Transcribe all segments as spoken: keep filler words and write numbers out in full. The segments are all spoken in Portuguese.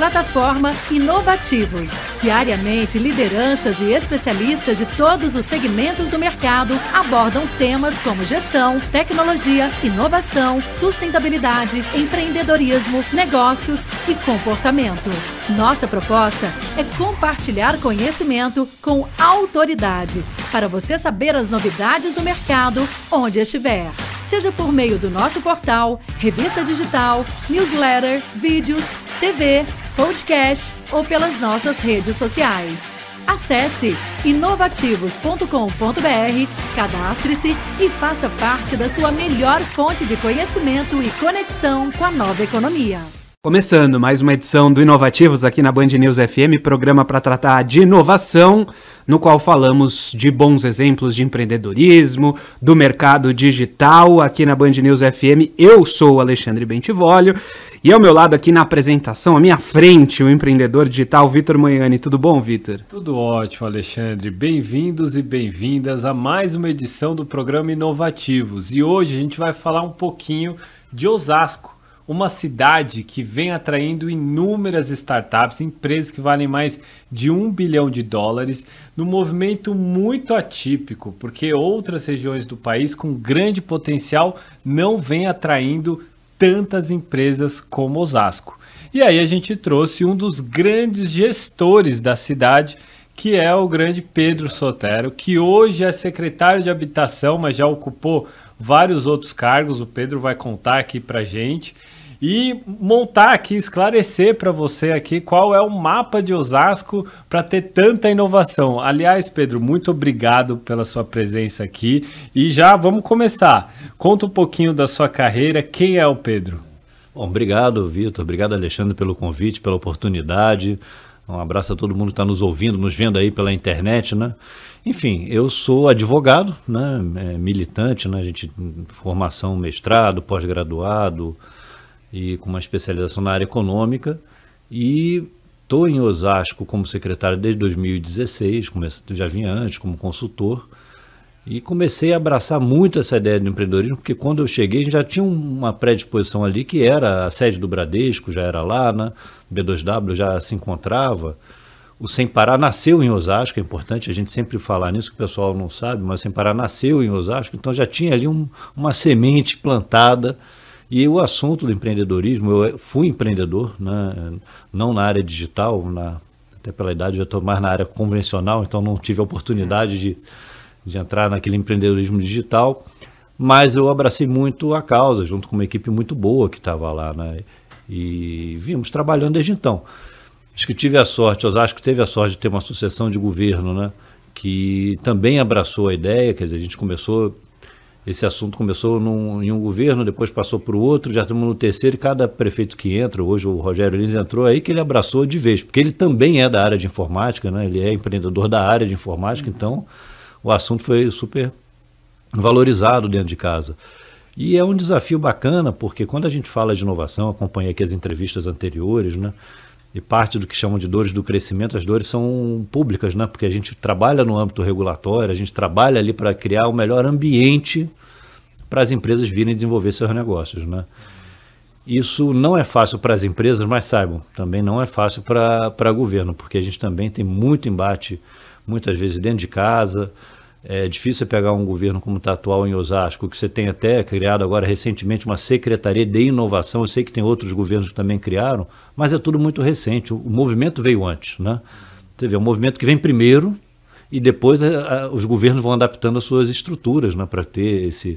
plataforma Inovativos. Diariamente, lideranças e especialistas de todos os segmentos do mercado abordam temas como gestão, tecnologia, inovação, sustentabilidade, empreendedorismo, negócios e comportamento. Nossa proposta é compartilhar conhecimento com autoridade, para você saber as novidades do mercado onde estiver. Seja por meio do nosso portal, revista digital, newsletter, vídeos, T V, podcast ou pelas nossas redes sociais. Acesse inovativos ponto com ponto br, cadastre-se e faça parte da sua melhor fonte de conhecimento e conexão com a nova economia. Começando mais uma edição do Inovativos aqui na Band News F M, programa para tratar de inovação, no qual falamos de bons exemplos de empreendedorismo, do mercado digital aqui na Band News F M. Eu sou o Alexandre Bentivolio e ao meu lado aqui na apresentação, à minha frente, o empreendedor digital Vitor Manhani. Tudo bom, Vitor? Tudo ótimo, Alexandre. Bem-vindos e bem-vindas a mais uma edição do programa Inovativos. E hoje a gente vai falar um pouquinho de Osasco, uma cidade que vem atraindo inúmeras startups, empresas que valem mais de um bilhão de dólares, num movimento muito atípico, porque outras regiões do país com grande potencial não vêm atraindo tantas empresas como Osasco. E aí a gente trouxe um dos grandes gestores da cidade, que é o grande Pedro Sotero, que hoje é secretário de Habitação, mas já ocupou vários outros cargos. O Pedro vai contar aqui pra gente e montar aqui, esclarecer para você aqui qual é o mapa de Osasco para ter tanta inovação. Aliás, Pedro, muito obrigado pela sua presença aqui e já vamos começar. Conta um pouquinho da sua carreira, quem é o Pedro? Bom, obrigado, Vitor, obrigado, Alexandre, pelo convite, pela oportunidade. Um abraço a todo mundo que está nos ouvindo, nos vendo aí pela internet, né? Enfim, eu sou advogado, né? É, militante, né? A gente formação, mestrado, pós-graduado e com uma especialização na área econômica, e estou em Osasco como secretário desde dois mil e dezesseis, comecei, já vinha antes como consultor, e comecei a abraçar muito essa ideia de empreendedorismo, porque quando eu cheguei já tinha uma predisposição ali, que era a sede do Bradesco, já era lá, né? B dois W já se encontrava. O Sem Parar nasceu em Osasco, é importante a gente sempre falar nisso, que o pessoal não sabe, mas o Sem Parar nasceu em Osasco, então já tinha ali um, uma semente plantada. E o assunto do empreendedorismo, eu fui empreendedor, né? Não na área digital, na, até pela idade eu estou mais na área convencional, então não tive a oportunidade de, de entrar naquele empreendedorismo digital, mas eu abracei muito a causa, junto com uma equipe muito boa que estava lá, né? E vimos trabalhando desde então. Acho que tive a sorte, Osasco teve a sorte de ter uma sucessão de governo, né? Que também abraçou a ideia, quer dizer, a gente começou... Esse assunto começou num, em um governo, depois passou para o outro, já estamos no terceiro, e cada prefeito que entra, hoje o Rogério Lins entrou aí, que ele abraçou de vez, porque ele também é da área de informática, né? Ele é empreendedor da área de informática, então o assunto foi super valorizado dentro de casa. E é um desafio bacana, porque quando a gente fala de inovação, acompanhei aqui as entrevistas anteriores, né? E parte do que chamam de dores do crescimento, as dores são públicas, né? Porque a gente trabalha no âmbito regulatório, a gente trabalha ali para criar o melhor ambiente para as empresas virem desenvolver seus negócios, né? Isso não é fácil para as empresas, mas saibam, também não é fácil para o governo, porque a gente também tem muito embate, muitas vezes dentro de casa. É difícil pegar um governo como está atual em Osasco, que você tem até criado agora recentemente uma Secretaria de Inovação. Eu sei que tem outros governos que também criaram, mas é tudo muito recente. O movimento veio antes, né? Você vê, é um movimento que vem primeiro e depois a, a, os governos vão adaptando as suas estruturas, né, para ter esse,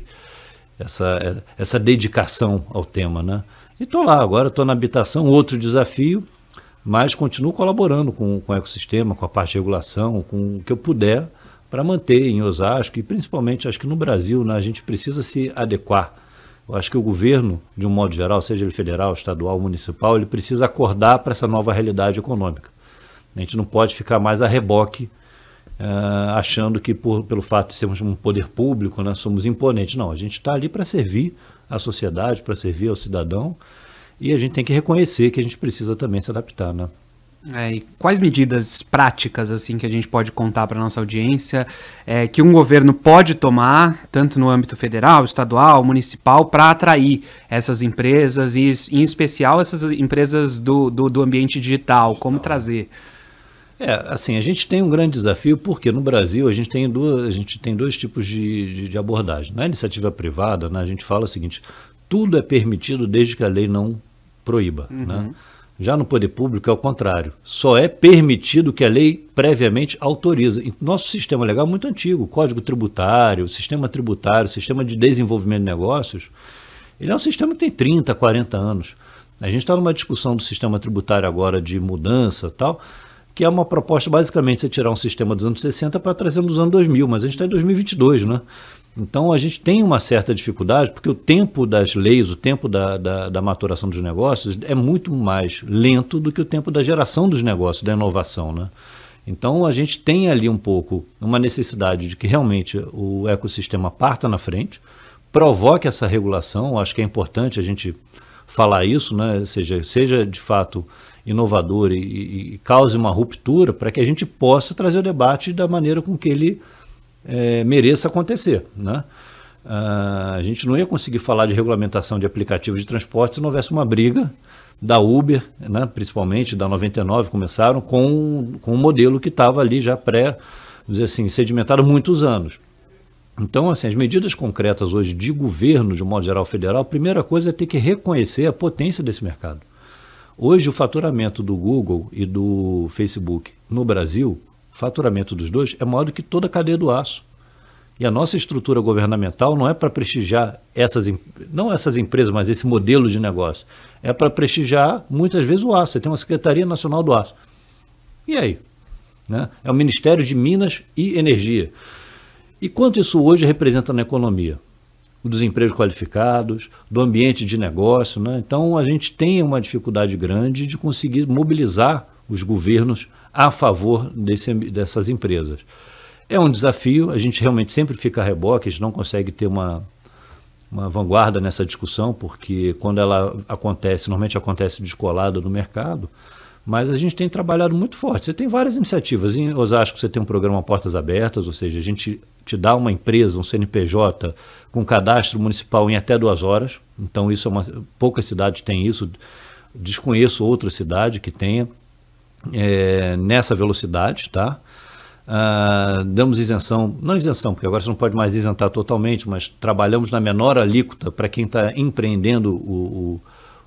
essa, essa dedicação ao tema, né? E estou lá, agora estou na habitação, outro desafio, mas continuo colaborando com, com o ecossistema, com a parte de regulação, com o que eu puder, para manter em Osasco, e principalmente acho que no Brasil, né, a gente precisa se adequar. Eu acho que o governo, de um modo geral, seja ele federal, estadual, municipal, ele precisa acordar para essa nova realidade econômica. A gente não pode ficar mais a reboque, uh, achando que por, pelo fato de sermos um poder público, né, somos imponentes. Não, a gente está ali para servir a sociedade, para servir ao cidadão, e a gente tem que reconhecer que a gente precisa também se adaptar, né? É, e quais medidas práticas assim que a gente pode contar para a nossa audiência é, que um governo pode tomar, tanto no âmbito federal, estadual, municipal, para atrair essas empresas e, em especial, essas empresas do, do, do ambiente digital, como trazer? É, assim, a gente tem um grande desafio porque no Brasil a gente tem, duas, a gente tem dois tipos de, de, de abordagem. Na iniciativa privada, né, a gente fala o seguinte, tudo é permitido desde que a lei não proíba, uhum. né? Já no poder público é o contrário. Só é permitido que a lei previamente autoriza. Nosso sistema legal é muito antigo. O Código Tributário, o sistema tributário, o sistema de desenvolvimento de negócios, ele é um sistema que tem trinta, quarenta anos. A gente está numa discussão do sistema tributário agora de mudança e tal, que é uma proposta basicamente você tirar um sistema dos anos sessenta para trazer nos anos dois mil, mas a gente está em dois mil e vinte e dois, né? Então a gente tem uma certa dificuldade, porque o tempo das leis, o tempo da, da, da maturação dos negócios é muito mais lento do que o tempo da geração dos negócios, da inovação, né? Então a gente tem ali um pouco uma necessidade de que realmente o ecossistema parta na frente, provoque essa regulação. Acho que é importante a gente falar isso, né? Seja, seja de fato inovador e, e, e cause uma ruptura para que a gente possa trazer o debate da maneira com que ele É, mereça acontecer, né? Uh, a gente não ia conseguir falar de regulamentação de aplicativos de transporte se não houvesse uma briga da Uber, né, principalmente da noventa e nove, começaram com, com um modelo que estava ali já pré, vamos dizer assim, sedimentado há muitos anos. Então, assim, as medidas concretas hoje de governo, de um modo geral federal, a primeira coisa é ter que reconhecer a potência desse mercado. Hoje o faturamento do Google e do Facebook no Brasil, o faturamento dos dois é maior do que toda a cadeia do aço. E a nossa estrutura governamental não é para prestigiar essas, não essas empresas, mas esse modelo de negócio. É para prestigiar, muitas vezes, o aço. Você tem uma Secretaria Nacional do Aço. E aí? Né? É o Ministério de Minas e Energia. E quanto isso hoje representa na economia? Dos empregos qualificados, do ambiente de negócio, né? Então, a gente tem uma dificuldade grande de conseguir mobilizar os governos a favor desse, dessas empresas. É um desafio, a gente realmente sempre fica a reboque, a gente não consegue ter uma, uma vanguarda nessa discussão, porque quando ela acontece, normalmente acontece descolada no mercado, mas a gente tem trabalhado muito forte. Você tem várias iniciativas. Em Osasco você tem um programa Portas Abertas, ou seja, a gente te dá uma empresa, um C N P J, com cadastro municipal em até duas horas. Então isso é uma, poucas cidades têm isso, desconheço outra cidade que tenha. É, nessa velocidade, tá? Ah, damos isenção, não isenção, porque agora você não pode mais isentar totalmente, mas trabalhamos na menor alíquota para quem está empreendendo o,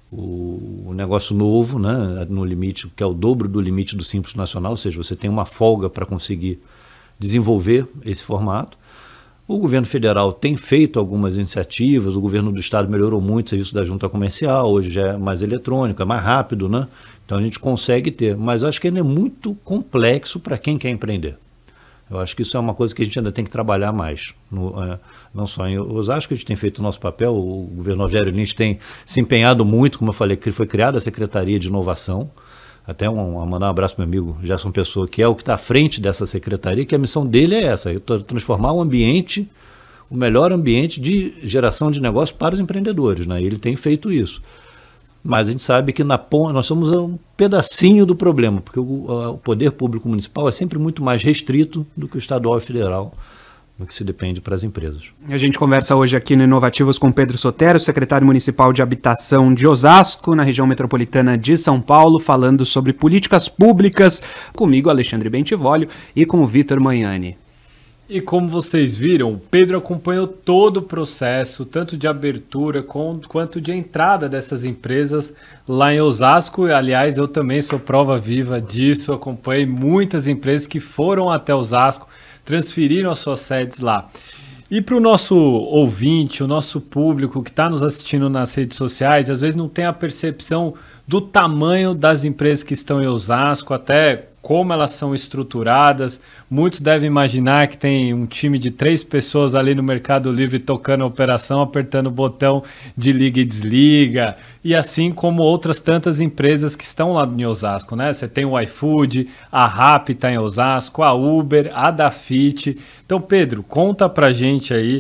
o, o negócio novo, né? No limite, que é o dobro do limite do Simples Nacional, ou seja, você tem uma folga para conseguir desenvolver esse formato. O governo federal tem feito algumas iniciativas, o governo do estado melhorou muito o serviço da junta comercial, hoje já é mais eletrônico, é mais rápido, né? Então a gente consegue ter, mas eu acho que ainda é muito complexo para quem quer empreender. Eu acho que isso é uma coisa que a gente ainda tem que trabalhar mais. No, é, não só em Osasco, a gente tem feito o nosso papel, o governo Rogério Lins tem se empenhado muito, como eu falei, que foi criada a Secretaria de Inovação, até um, um, mandar um abraço para meu amigo Gerson Pessoa, que é o que está à frente dessa secretaria, que a missão dele é essa, é transformar o ambiente, o melhor ambiente de geração de negócio para os empreendedores, né? Ele tem feito isso. Mas a gente sabe que na ponta nós somos um pedacinho do problema, porque o, o poder público municipal é sempre muito mais restrito do que o estadual e federal, no que se depende para as empresas. A gente conversa hoje aqui no Inovativos com Pedro Sotero, secretário municipal de Habitação de Osasco, na região metropolitana de São Paulo, falando sobre políticas públicas, comigo, Alexandre Bentivolio, e com o Vitor Magnani. E como vocês viram, o Pedro acompanhou todo o processo, tanto de abertura com, quanto de entrada dessas empresas lá em Osasco. Aliás, eu também sou prova viva disso, acompanhei muitas empresas que foram até Osasco, transferiram as suas sedes lá. E para o nosso ouvinte, o nosso público que está nos assistindo nas redes sociais, às vezes não tem a percepção do tamanho das empresas que estão em Osasco, até como elas são estruturadas. Muitos devem imaginar que tem um time de três pessoas ali no Mercado Livre tocando a operação, apertando o botão de liga e desliga, e assim como outras tantas empresas que estão lá em Osasco, né? Você tem o iFood, a Rappi está em Osasco, a Uber, a Dafit. Então, Pedro, conta pra gente aí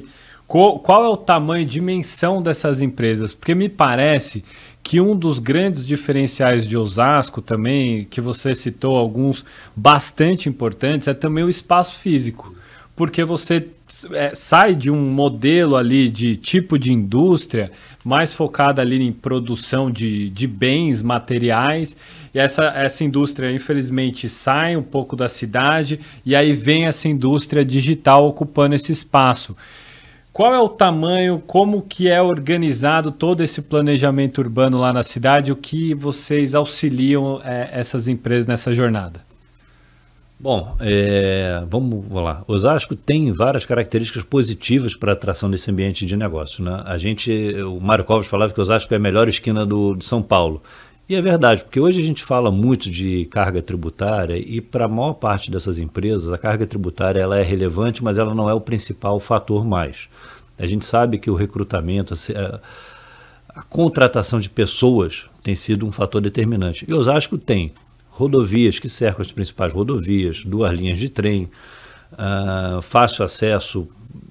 Qual, qual é o tamanho, dimensão dessas empresas? Porque me parece que um dos grandes diferenciais de Osasco também, que você citou alguns bastante importantes, é também o espaço físico. Porque você é, sai de um modelo ali de tipo de indústria mais focada ali em produção de, de bens materiais, e essa, essa indústria infelizmente sai um pouco da cidade e aí vem essa indústria digital ocupando esse espaço. Qual é o tamanho, como que é organizado todo esse planejamento urbano lá na cidade, o que vocês auxiliam é, essas empresas nessa jornada? Bom, é, vamos, vamos lá. Osasco tem várias características positivas para a atração desse ambiente de negócio, né? A gente, o Mário Covas falava que Osasco é a melhor esquina do, de São Paulo. E é verdade, porque hoje a gente fala muito de carga tributária e para a maior parte dessas empresas a carga tributária ela é relevante, mas ela não é o principal fator mais. A gente sabe que o recrutamento, a, a contratação de pessoas tem sido um fator determinante. E Osasco tem rodovias que cercam as principais rodovias, duas linhas de trem, uh, fácil acesso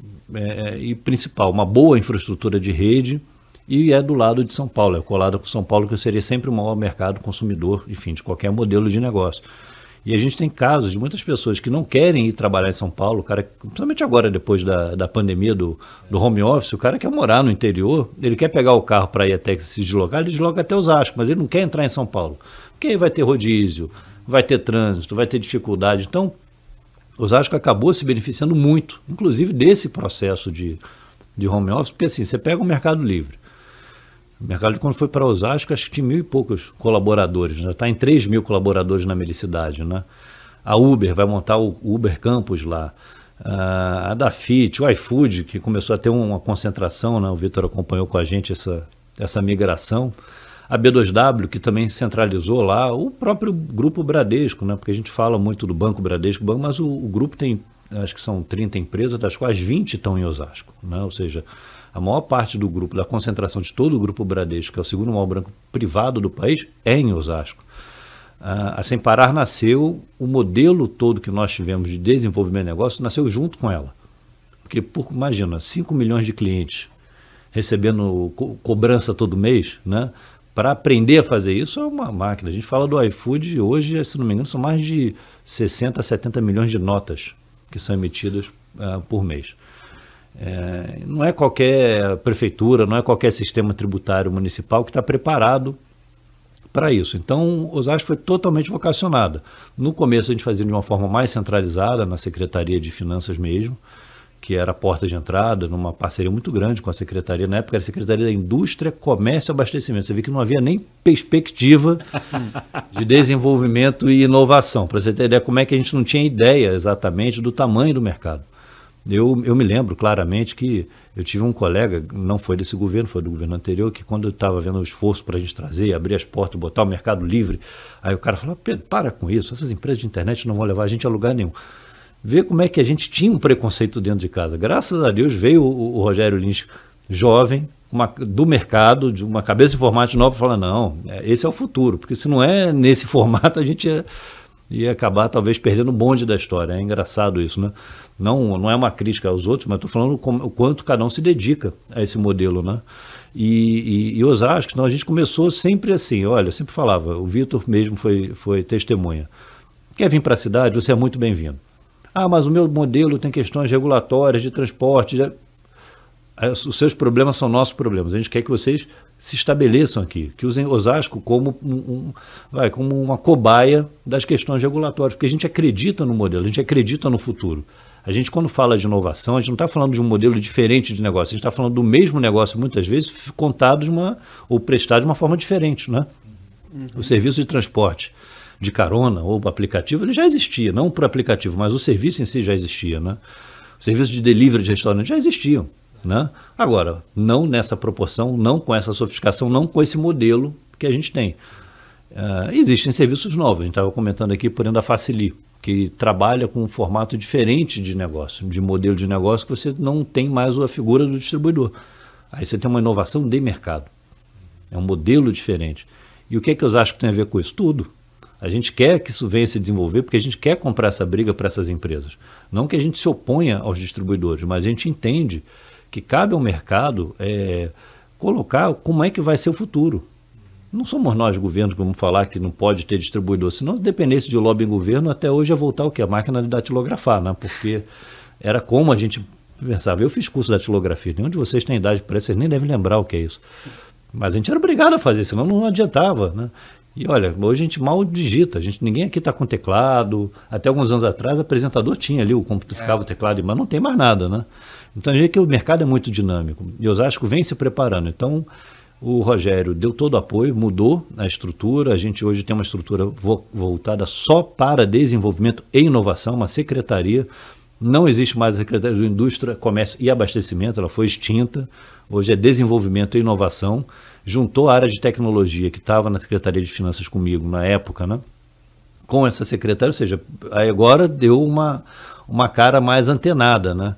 é, e principal, uma boa infraestrutura de rede. E é do lado de São Paulo, é colado com São Paulo, que seria sempre o maior mercado consumidor, enfim, de qualquer modelo de negócio. E a gente tem casos de muitas pessoas que não querem ir trabalhar em São Paulo, o cara, principalmente agora, depois da, da pandemia do, do home office, o cara quer morar no interior, ele quer pegar o carro para ir até se deslocar, ele desloca até Osasco, mas ele não quer entrar em São Paulo. Porque aí vai ter rodízio, vai ter trânsito, vai ter dificuldade. Então, Osasco acabou se beneficiando muito, inclusive desse processo de, de home office, porque assim, você pega o Mercado Livre. O Mercado Livre, quando foi para Osasco, acho que tinha mil e poucos colaboradores, já está em três mil colaboradores na Melicidade, né? A Uber vai montar o Uber Campus lá, a Dafit, o iFood, que começou a ter uma concentração, né? O Vitor acompanhou com a gente essa, essa migração, a B dois W, que também centralizou lá, o próprio Grupo Bradesco, né? Porque a gente fala muito do Banco Bradesco, mas o, o grupo tem, acho que são trinta empresas, das quais vinte estão em Osasco, né? Ou seja, a maior parte do grupo, da concentração de todo o Grupo Bradesco, que é o segundo maior banco privado do país, é em Osasco. A Sem Parar nasceu, o modelo todo que nós tivemos de desenvolvimento de negócio nasceu junto com ela. Porque, por, imagina, cinco milhões de clientes recebendo co cobrança todo mês, né? Para aprender a fazer isso é uma máquina. A gente fala do iFood hoje, se não me engano, são mais de sessenta, setenta milhões de notas que são emitidas uh, por mês. É, não é qualquer prefeitura, não é qualquer sistema tributário municipal que está preparado para isso. Então, Osasco foi totalmente vocacionada. No começo a gente fazia de uma forma mais centralizada, na Secretaria de Finanças mesmo, que era a porta de entrada, numa parceria muito grande com a Secretaria. Na época era a Secretaria da Indústria, Comércio e Abastecimento. Você vê que não havia nem perspectiva de desenvolvimento e inovação. Para você ter ideia como é que a gente não tinha ideia exatamente do tamanho do mercado. Eu, eu me lembro claramente que eu tive um colega, não foi desse governo, foi do governo anterior, que quando eu estava vendo o esforço para a gente trazer, abrir as portas, botar o Mercado Livre, aí o cara falou, Pedro, para com isso, essas empresas de internet não vão levar a gente a lugar nenhum. Vê como é que a gente tinha um preconceito dentro de casa. Graças a Deus veio o, o Rogério Lins, jovem, uma, do mercado, de uma cabeça de formato nova, falando, não, esse é o futuro, porque se não é nesse formato, a gente ia, ia acabar talvez perdendo o bonde da história. É engraçado isso, né? Não, não é uma crítica aos outros, mas estou falando como, o quanto cada um se dedica a esse modelo, né? E, e, e Osasco, então a gente começou sempre assim, olha, eu sempre falava, o Vitor mesmo foi, foi testemunha. Quer vir para a cidade? Você é muito bem-vindo. Ah, mas o meu modelo tem questões regulatórias de transporte. De... Os seus problemas são nossos problemas. A gente quer que vocês se estabeleçam aqui, que usem Osasco como, um, um, vai, como uma cobaia das questões regulatórias, porque a gente acredita no modelo, a gente acredita no futuro. A gente, quando fala de inovação, a gente não está falando de um modelo diferente de negócio, a gente está falando do mesmo negócio, muitas vezes, contado de uma, ou prestado de uma forma diferente, né? Uhum. O serviço de transporte de carona ou aplicativo, ele já existia, não por aplicativo, mas o serviço em si já existia, né? O serviço de delivery de restaurante já existiam, né? Agora, não nessa proporção, não com essa sofisticação, não com esse modelo que a gente tem. Uh, existem serviços novos, a gente estava comentando aqui, por exemplo, a Facili, que trabalha com um formato diferente de negócio, de modelo de negócio, que você não tem mais a figura do distribuidor. Aí você tem uma inovação de mercado. É um modelo diferente. E o que é que eu acho que tem a ver com isso? Tudo. A gente quer que isso venha se desenvolver porque a gente quer comprar essa briga para essas empresas. Não que a gente se oponha aos distribuidores, mas a gente entende que cabe ao mercado é, colocar como é que vai ser o futuro. Não somos nós, governo, que vamos falar que não pode ter distribuidor. Se não dependesse de lobby em governo, até hoje ia voltar o quê? A máquina de datilografar, né? Porque era como a gente pensava. Eu fiz curso de datilografia. Nenhum de vocês tem idade para isso, vocês nem devem lembrar o que é isso. Mas a gente era obrigado a fazer, senão não adiantava, né? E olha, hoje a gente mal digita. A gente, ninguém aqui está com teclado. Até alguns anos atrás, o apresentador tinha ali, o computador, ficava o teclado, mas não tem mais nada, né? Então a gente vê que o mercado é muito dinâmico. E Osasco vem se preparando. Então, o Rogério deu todo o apoio, mudou a estrutura. A gente hoje tem uma estrutura vo voltada só para desenvolvimento e inovação, uma secretaria. Não existe mais a Secretaria de Indústria, Comércio e Abastecimento, ela foi extinta. Hoje é desenvolvimento e inovação. Juntou a área de tecnologia, que estava na Secretaria de Finanças comigo na época, né, com essa secretária, ou seja, aí agora deu uma, uma cara mais antenada, né?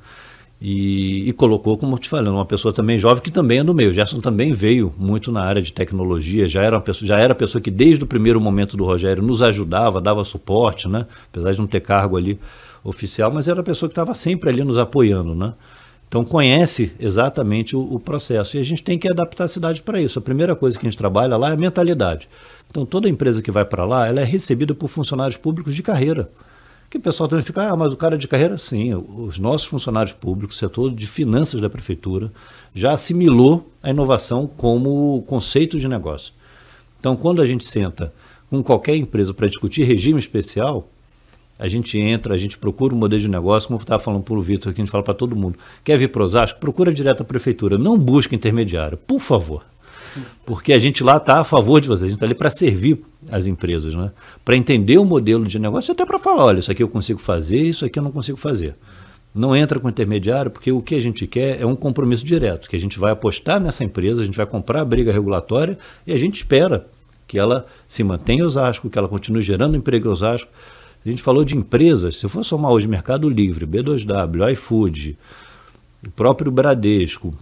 E, e colocou, como eu te falei, uma pessoa também jovem que também é do meio. O Gerson também veio muito na área de tecnologia, já era uma pessoa, já era a pessoa que desde o primeiro momento do Rogério nos ajudava, dava suporte, né? Apesar de não ter cargo ali oficial, mas era a pessoa que estava sempre ali nos apoiando, né? Então conhece exatamente o, o processo e a gente tem que adaptar a cidade para isso. A primeira coisa que a gente trabalha lá é a mentalidade. Então toda empresa que vai para lá, ela é recebida por funcionários públicos de carreira. Que o pessoal também fica, ah, mas o cara de carreira, sim, os nossos funcionários públicos, o setor de finanças da prefeitura, já assimilou a inovação como conceito de negócio. Então, quando a gente senta com qualquer empresa para discutir regime especial, a gente entra, a gente procura um modelo de negócio, como eu estava falando para o Vitor, que a gente fala para todo mundo, quer vir para Osasco? Procura direto a prefeitura, não busca intermediário, por favor. Porque a gente lá está a favor de vocês, a gente está ali para servir as empresas, né? Para entender o modelo de negócio e até para falar, olha, isso aqui eu consigo fazer, isso aqui eu não consigo fazer. Não entra com intermediário, porque o que a gente quer é um compromisso direto, que a gente vai apostar nessa empresa, a gente vai comprar a briga regulatória e a gente espera que ela se mantenha em Osasco, que ela continue gerando emprego em Osasco. A gente falou de empresas, se eu for somar hoje Mercado Livre, B dois W, iFood, o próprio Bradesco,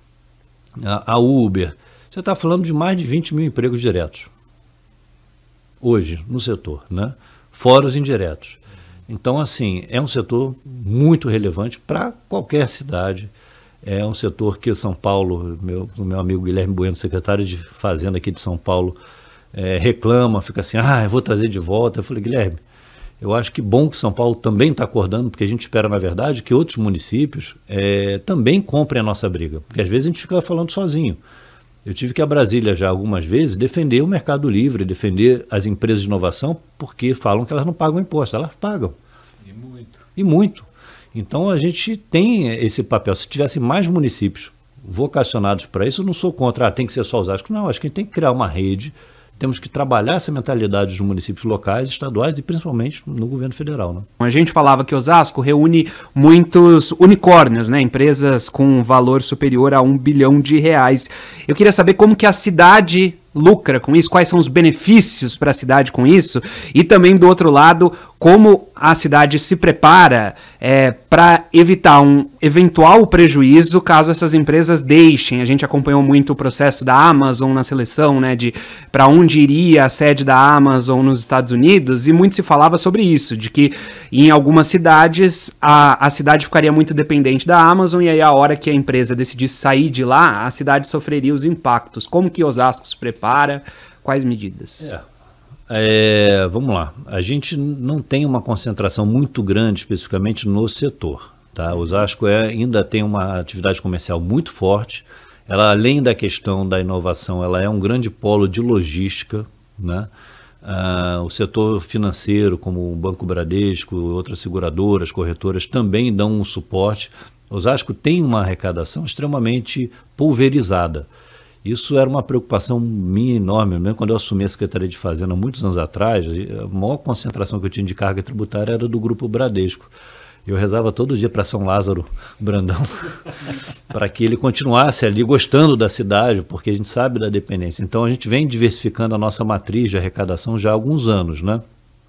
a, a Uber, você está falando de mais de vinte mil empregos diretos, hoje, no setor, né? Fora os indiretos. Então, assim, é um setor muito relevante para qualquer cidade. É um setor que São Paulo, meu, o meu amigo Guilherme Bueno, secretário de Fazenda aqui de São Paulo, é, reclama, fica assim, ah, eu vou trazer de volta. Eu falei, Guilherme, eu acho que bom que São Paulo também está acordando, porque a gente espera, na verdade, que outros municípios é, também comprem a nossa briga, porque às vezes a gente fica falando sozinho. Eu tive que ir a Brasília já algumas vezes defender o Mercado Livre, defender as empresas de inovação, porque falam que elas não pagam imposto, elas pagam. E muito. E muito. Então a gente tem esse papel. Se tivesse mais municípios vocacionados para isso, eu não sou contra, ah, tem que ser só Osasco. Não, acho que a gente tem que criar uma rede, temos que trabalhar essa mentalidade dos municípios locais, estaduais e principalmente no governo federal, né? A gente falava que Osasco reúne muitos unicórnios, né? Empresas com valor superior a um bilhão de reais. Eu queria saber como que a cidade lucra com isso, quais são os benefícios para a cidade com isso, e também do outro lado, como a cidade se prepara é, para evitar um eventual prejuízo caso essas empresas deixem. A gente acompanhou muito o processo da Amazon na seleção, né, de para onde iria a sede da Amazon nos Estados Unidos, e muito se falava sobre isso, de que em algumas cidades a, a cidade ficaria muito dependente da Amazon, e aí a hora que a empresa decidisse sair de lá, a cidade sofreria os impactos. Como que Osasco se prepara? Quais medidas? É. É, vamos lá, a gente não tem uma concentração muito grande especificamente no setor, tá? Osasco é, ainda tem uma atividade comercial muito forte, ela além da questão da inovação, ela é um grande polo de logística, né? Ah, o setor financeiro, como o Banco Bradesco, outras seguradoras, corretoras, também dão um suporte. Osasco tem uma arrecadação extremamente pulverizada. Isso era uma preocupação minha enorme, mesmo quando eu assumi a Secretaria de Fazenda muitos anos atrás, a maior concentração que eu tinha de carga tributária era do Grupo Bradesco. Eu rezava todo dia para São Lázaro Brandão, para que ele continuasse ali gostando da cidade, porque a gente sabe da dependência. Então a gente vem diversificando a nossa matriz de arrecadação já há alguns anos, né?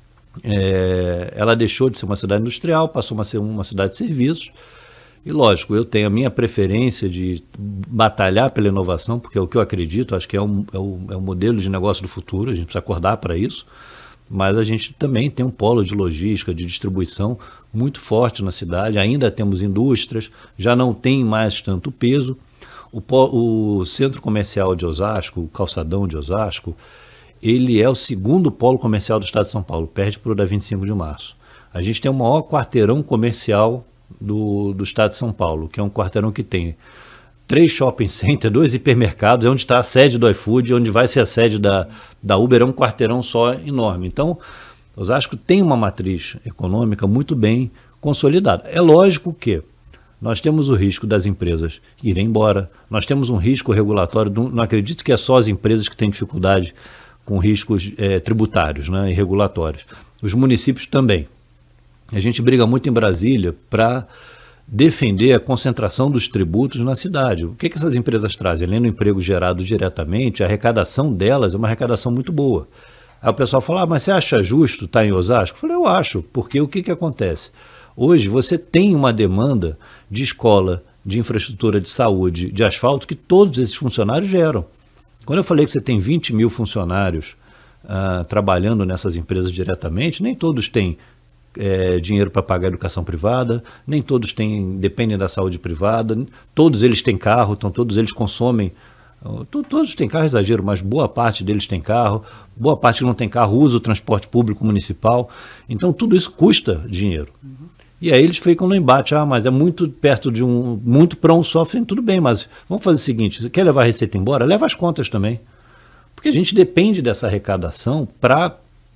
É, ela deixou de ser uma cidade industrial, passou a ser uma cidade de serviços. E lógico, eu tenho a minha preferência de batalhar pela inovação, porque é o que eu acredito, acho que é, um, é, o, é o modelo de negócio do futuro, a gente precisa acordar para isso. mas a gente também tem um polo de logística, de distribuição muito forte na cidade, ainda temos indústrias, já não tem mais tanto peso. O, o centro comercial de Osasco, o calçadão de Osasco, ele é o segundo polo comercial do estado de São Paulo, perde para o da vinte e cinco de março. A gente tem o maior quarteirão comercial do, do estado de São Paulo, que é um quarteirão que tem três shopping centers, dois hipermercados, é onde está a sede do iFood, onde vai ser a sede da, da Uber, é um quarteirão só enorme. Então, Osasco tem uma matriz econômica muito bem consolidada. É lógico que nós temos o risco das empresas irem embora, nós temos um risco regulatório, não acredito que é só as empresas que têm dificuldade com riscos é, tributários, né, e regulatórios. Os municípios também. A gente briga muito em Brasília para defender a concentração dos tributos na cidade. O que, que essas empresas trazem? Além do emprego gerado diretamente, a arrecadação delas é uma arrecadação muito boa. Aí o pessoal fala, ah, mas você acha justo estar em Osasco? Eu falei, eu acho, porque o que, que acontece? Hoje você tem uma demanda de escola, de infraestrutura de saúde, de asfalto, que todos esses funcionários geram. Quando eu falei que você tem vinte mil funcionários uh, trabalhando nessas empresas diretamente, nem todos têm é, dinheiro para pagar a educação privada, nem todos têm, dependem da saúde privada, todos eles têm carro, então todos eles consomem. Todos têm carro, exagero, mas boa parte deles tem carro, boa parte que não tem carro usa o transporte público municipal, então tudo isso custa dinheiro. Uhum. E aí eles ficam no embate, ah, mas é muito perto de um, muito para um software, tudo bem, mas vamos fazer o seguinte, você quer levar a receita embora? Leva as contas também, porque a gente depende dessa arrecadação para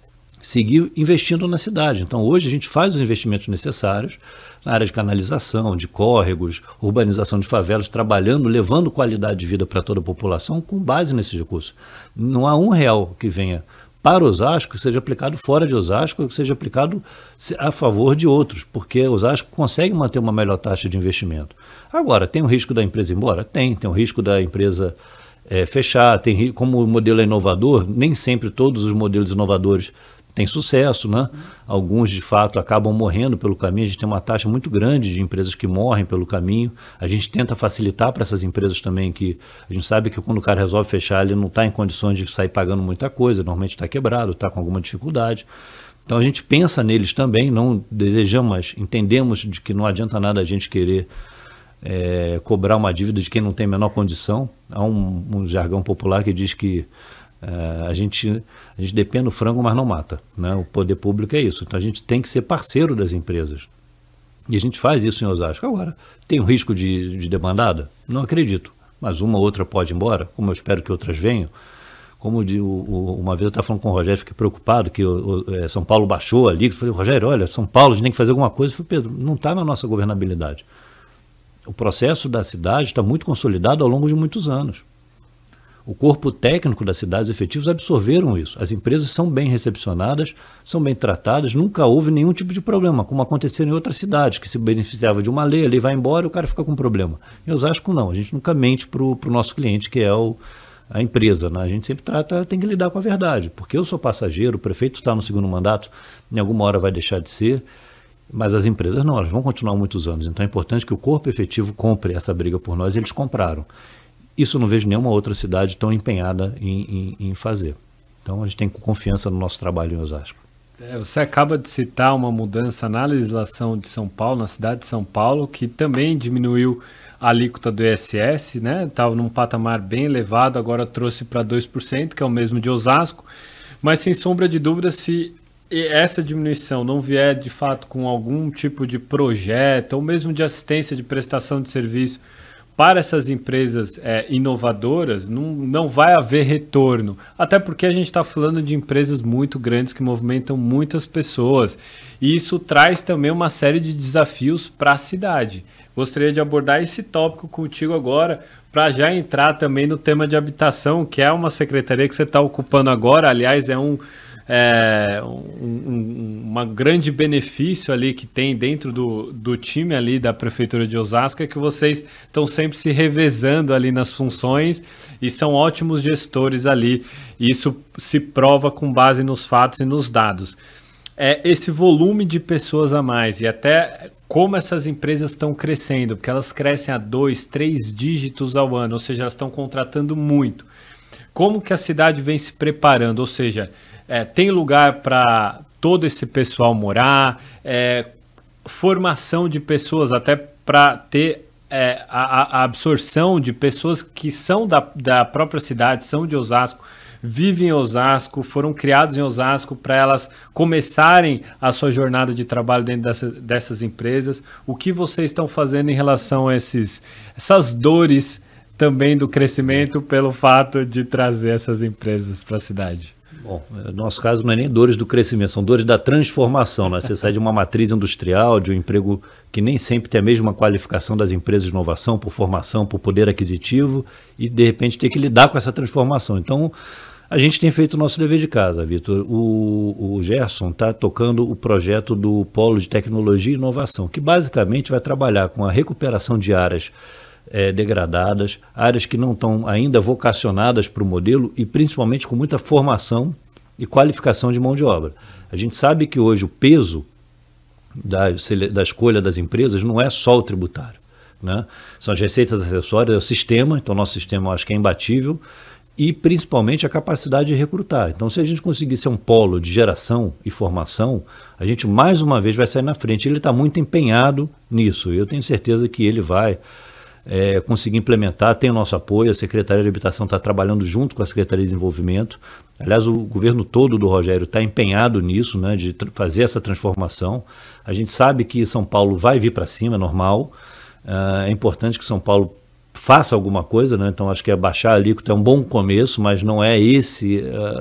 seguir investindo na cidade. Então hoje a gente faz os investimentos necessários na área de canalização, de córregos, urbanização de favelas, trabalhando, levando qualidade de vida para toda a população com base nesses recursos. Não há um real que venha para Osasco que seja aplicado fora de Osasco, que seja aplicado a favor de outros, porque Osasco consegue manter uma melhor taxa de investimento. Agora, tem o risco da empresa ir embora? Tem, tem o risco da empresa é, fechar, tem, como o modelo é inovador, nem sempre todos os modelos inovadores tem sucesso, né? Alguns de fato acabam morrendo pelo caminho, a gente tem uma taxa muito grande de empresas que morrem pelo caminho, a gente tenta facilitar para essas empresas também, que a gente sabe que quando o cara resolve fechar, ele não está em condições de sair pagando muita coisa, normalmente está quebrado, está com alguma dificuldade, então a gente pensa neles também, não desejamos, mas entendemos de que não adianta nada a gente querer é, cobrar uma dívida de quem não tem a menor condição. Há um, um jargão popular que diz que Uh, a, gente, a gente depende do frango, mas não mata, né? O poder público é isso. Então a gente tem que ser parceiro das empresas. E a gente faz isso em Osasco. Agora, tem o risco de, de demandada? Não acredito. Mas uma ou outra pode ir embora, como eu espero que outras venham. Como de, o, o, uma vez eu estava falando com o Rogério, fiquei preocupado que o, o, é, São Paulo baixou ali. Eu falei, Rogério, olha, São Paulo, a gente tem que fazer alguma coisa. Eu falei, Pedro, não está na nossa governabilidade. O processo da cidade está muito consolidado ao longo de muitos anos. O corpo técnico das cidades efetivos absorveram isso. As empresas são bem recepcionadas, são bem tratadas, nunca houve nenhum tipo de problema, como aconteceu em outras cidades, que se beneficiava de uma lei, a lei vai embora e o cara fica com problema. Em Osasco não, a gente nunca mente para o nosso cliente, que é o, a empresa, né? A gente sempre trata, tem que lidar com a verdade, porque eu sou passageiro, o prefeito está no segundo mandato, em alguma hora vai deixar de ser, mas as empresas não, elas vão continuar muitos anos. Então é importante que o corpo efetivo compre essa briga por nós, e eles compraram. Isso eu não vejo nenhuma outra cidade tão empenhada em, em, em fazer. Então a gente tem confiança no nosso trabalho em Osasco. É, você acaba de citar uma mudança na legislação de São Paulo, na cidade de São Paulo, que também diminuiu a alíquota do I S S, né? Estava num patamar bem elevado, agora trouxe para dois por cento, que é o mesmo de Osasco. Mas sem sombra de dúvida, se essa diminuição não vier de fato com algum tipo de projeto, ou mesmo de assistência de prestação de serviço, para essas empresas é, inovadoras, não, não vai haver retorno. Até porque a gente está falando de empresas muito grandes que movimentam muitas pessoas. E isso traz também uma série de desafios para a cidade. Gostaria de abordar esse tópico contigo agora, para já entrar também no tema de habitação, que é uma secretaria que você está ocupando agora. Aliás, é um... É, um, um uma grande benefício ali que tem dentro do, do time ali da Prefeitura de Osasco é que vocês estão sempre se revezando ali nas funções e são ótimos gestores ali. Isso se prova com base nos fatos e nos dados. É, esse volume de pessoas a mais e até como essas empresas estão crescendo, porque elas crescem a dois, três dígitos ao ano, ou seja, elas estão contratando muito. Como que a cidade vem se preparando, ou seja, é, tem lugar para todo esse pessoal morar, é, formação de pessoas até para ter é, a, a absorção de pessoas que são da, da própria cidade, são de Osasco, vivem em Osasco, foram criados em Osasco para elas começarem a sua jornada de trabalho dentro dessa, dessas empresas. O que vocês estão fazendo em relação a esses, essas dores também do crescimento pelo fato de trazer essas empresas para a cidade? Bom, no nosso caso não é nem dores do crescimento, são dores da transformação, né? Você sai de uma matriz industrial, de um emprego que nem sempre tem a mesma qualificação das empresas de inovação, por formação, por poder aquisitivo, e de repente ter que lidar com essa transformação. Então, a gente tem feito o nosso dever de casa, Vitor. O, o Gerson está tocando o projeto do Polo de Tecnologia e Inovação, que basicamente vai trabalhar com a recuperação de áreas é, degradadas, áreas que não estão ainda vocacionadas para o modelo e principalmente com muita formação e qualificação de mão de obra. A gente sabe que hoje o peso da, da escolha das empresas não é só o tributário, né? São as receitas acessórias, é o sistema, então nosso sistema eu acho que é imbatível, e principalmente a capacidade de recrutar. Então, se a gente conseguir ser um polo de geração e formação, a gente mais uma vez vai sair na frente. Ele está muito empenhado nisso, e eu tenho certeza que ele vai é, conseguir implementar, tem o nosso apoio, a Secretaria de Habitação está trabalhando junto com a Secretaria de Desenvolvimento. Aliás, o governo todo do Rogério está empenhado nisso, né, de fazer essa transformação. A gente sabe que São Paulo vai vir para cima, é normal. Uh, é importante que São Paulo faça alguma coisa, né? Então acho que abaixar a alíquota é um bom começo, mas não é esse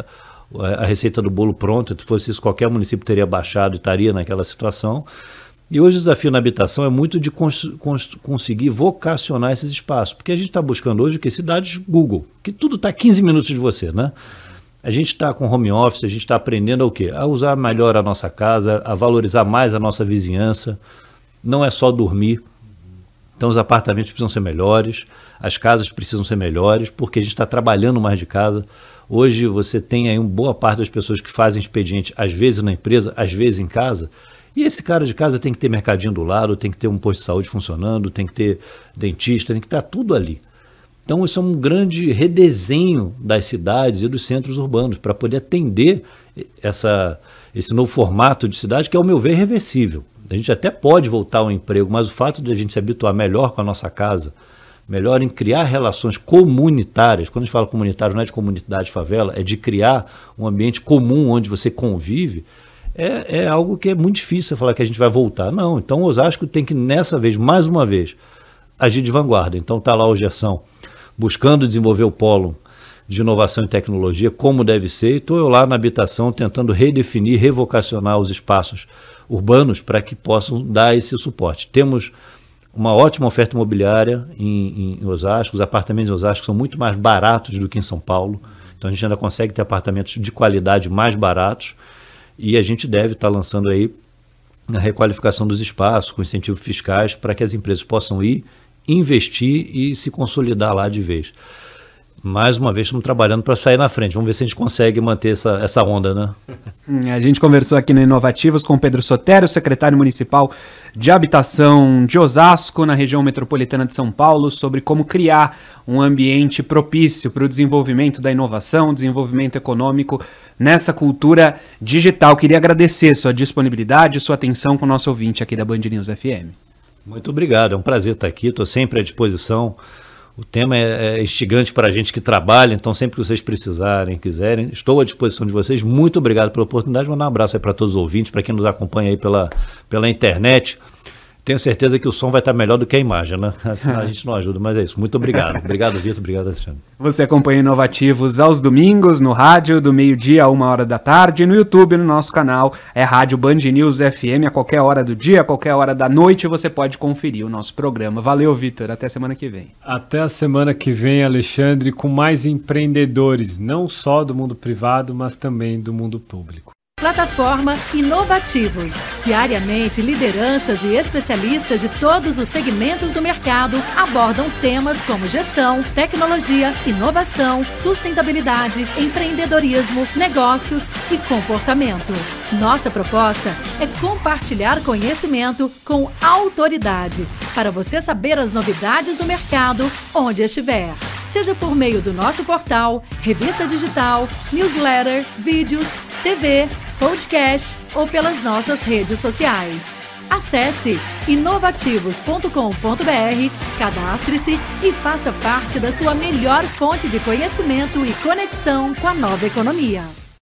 uh, a receita do bolo pronta. Se fosse isso, qualquer município teria baixado e estaria naquela situação. E hoje o desafio na habitação é muito de cons cons conseguir vocacionar esses espaços, porque a gente está buscando hoje o que? Cidades Google, que tudo está a quinze minutos de você, né? A gente está com home office, a gente está aprendendo a o quê? A usar melhor a nossa casa, a valorizar mais a nossa vizinhança. Não é só dormir. Então os apartamentos precisam ser melhores, as casas precisam ser melhores, porque a gente está trabalhando mais de casa. Hoje você tem aí uma boa parte das pessoas que fazem expediente, às vezes na empresa, às vezes em casa, e esse cara de casa tem que ter mercadinho do lado, tem que ter um posto de saúde funcionando, tem que ter dentista, tem que estar tudo ali. Então isso é um grande redesenho das cidades e dos centros urbanos, para poder atender essa, esse novo formato de cidade, que ao meu ver é reversível. A gente até pode voltar ao emprego, mas o fato de a gente se habituar melhor com a nossa casa, melhor em criar relações comunitárias, quando a gente fala comunitário não é de comunidade favela, é de criar um ambiente comum onde você convive, é, é algo que é muito difícil falar que a gente vai voltar. Não, então o Osasco tem que, nessa vez, mais uma vez, agir de vanguarda. Então está lá o Gerson buscando desenvolver o polo de inovação e tecnologia, como deve ser, e estou eu lá na habitação tentando redefinir, revocacionar os espaços urbanos para que possam dar esse suporte. Temos uma ótima oferta imobiliária em, em Osasco, os apartamentos em Osasco são muito mais baratos do que em São Paulo, então a gente ainda consegue ter apartamentos de qualidade mais baratos, e a gente deve estar lançando aí a requalificação dos espaços, com incentivos fiscais, para que as empresas possam ir, investir e se consolidar lá de vez. Mais uma vez estamos trabalhando para sair na frente. Vamos ver se a gente consegue manter essa, essa onda, né? A gente conversou aqui no Inovativos com o Pedro Sotero, secretário municipal de habitação de Osasco, na região metropolitana de São Paulo, sobre como criar um ambiente propício para o desenvolvimento da inovação, desenvolvimento econômico nessa cultura digital. Queria agradecer sua disponibilidade e sua atenção com o nosso ouvinte aqui da Band News F M. Muito obrigado, é um prazer estar aqui, estou sempre à disposição. O tema é, é instigante para a gente que trabalha, então sempre que vocês precisarem, quiserem, estou à disposição de vocês. Muito obrigado pela oportunidade. Mandar um abraço aí para todos os ouvintes, para quem nos acompanha aí pela, pela internet. Tenho certeza que o som vai estar melhor do que a imagem, né? Afinal, a gente não ajuda, mas é isso. Muito obrigado. Obrigado, Vitor. Obrigado, Alexandre. Você acompanha Inovativos aos domingos, no rádio, do meio-dia a uma hora da tarde, no YouTube, no nosso canal, é Rádio Band News F M, a qualquer hora do dia, a qualquer hora da noite, você pode conferir o nosso programa. Valeu, Vitor. Até semana que vem. Até a semana que vem, Alexandre, com mais empreendedores, não só do mundo privado, mas também do mundo público. Plataforma Inovativos. Diariamente, lideranças e especialistas de todos os segmentos do mercado abordam temas como gestão, tecnologia, inovação, sustentabilidade, empreendedorismo, negócios e comportamento. Nossa proposta é compartilhar conhecimento com autoridade, para você saber as novidades do mercado onde estiver. Seja por meio do nosso portal, revista digital, newsletter, vídeos, T V, podcast ou pelas nossas redes sociais. Acesse inovativos ponto com ponto br, cadastre-se e faça parte da sua melhor fonte de conhecimento e conexão com a nova economia.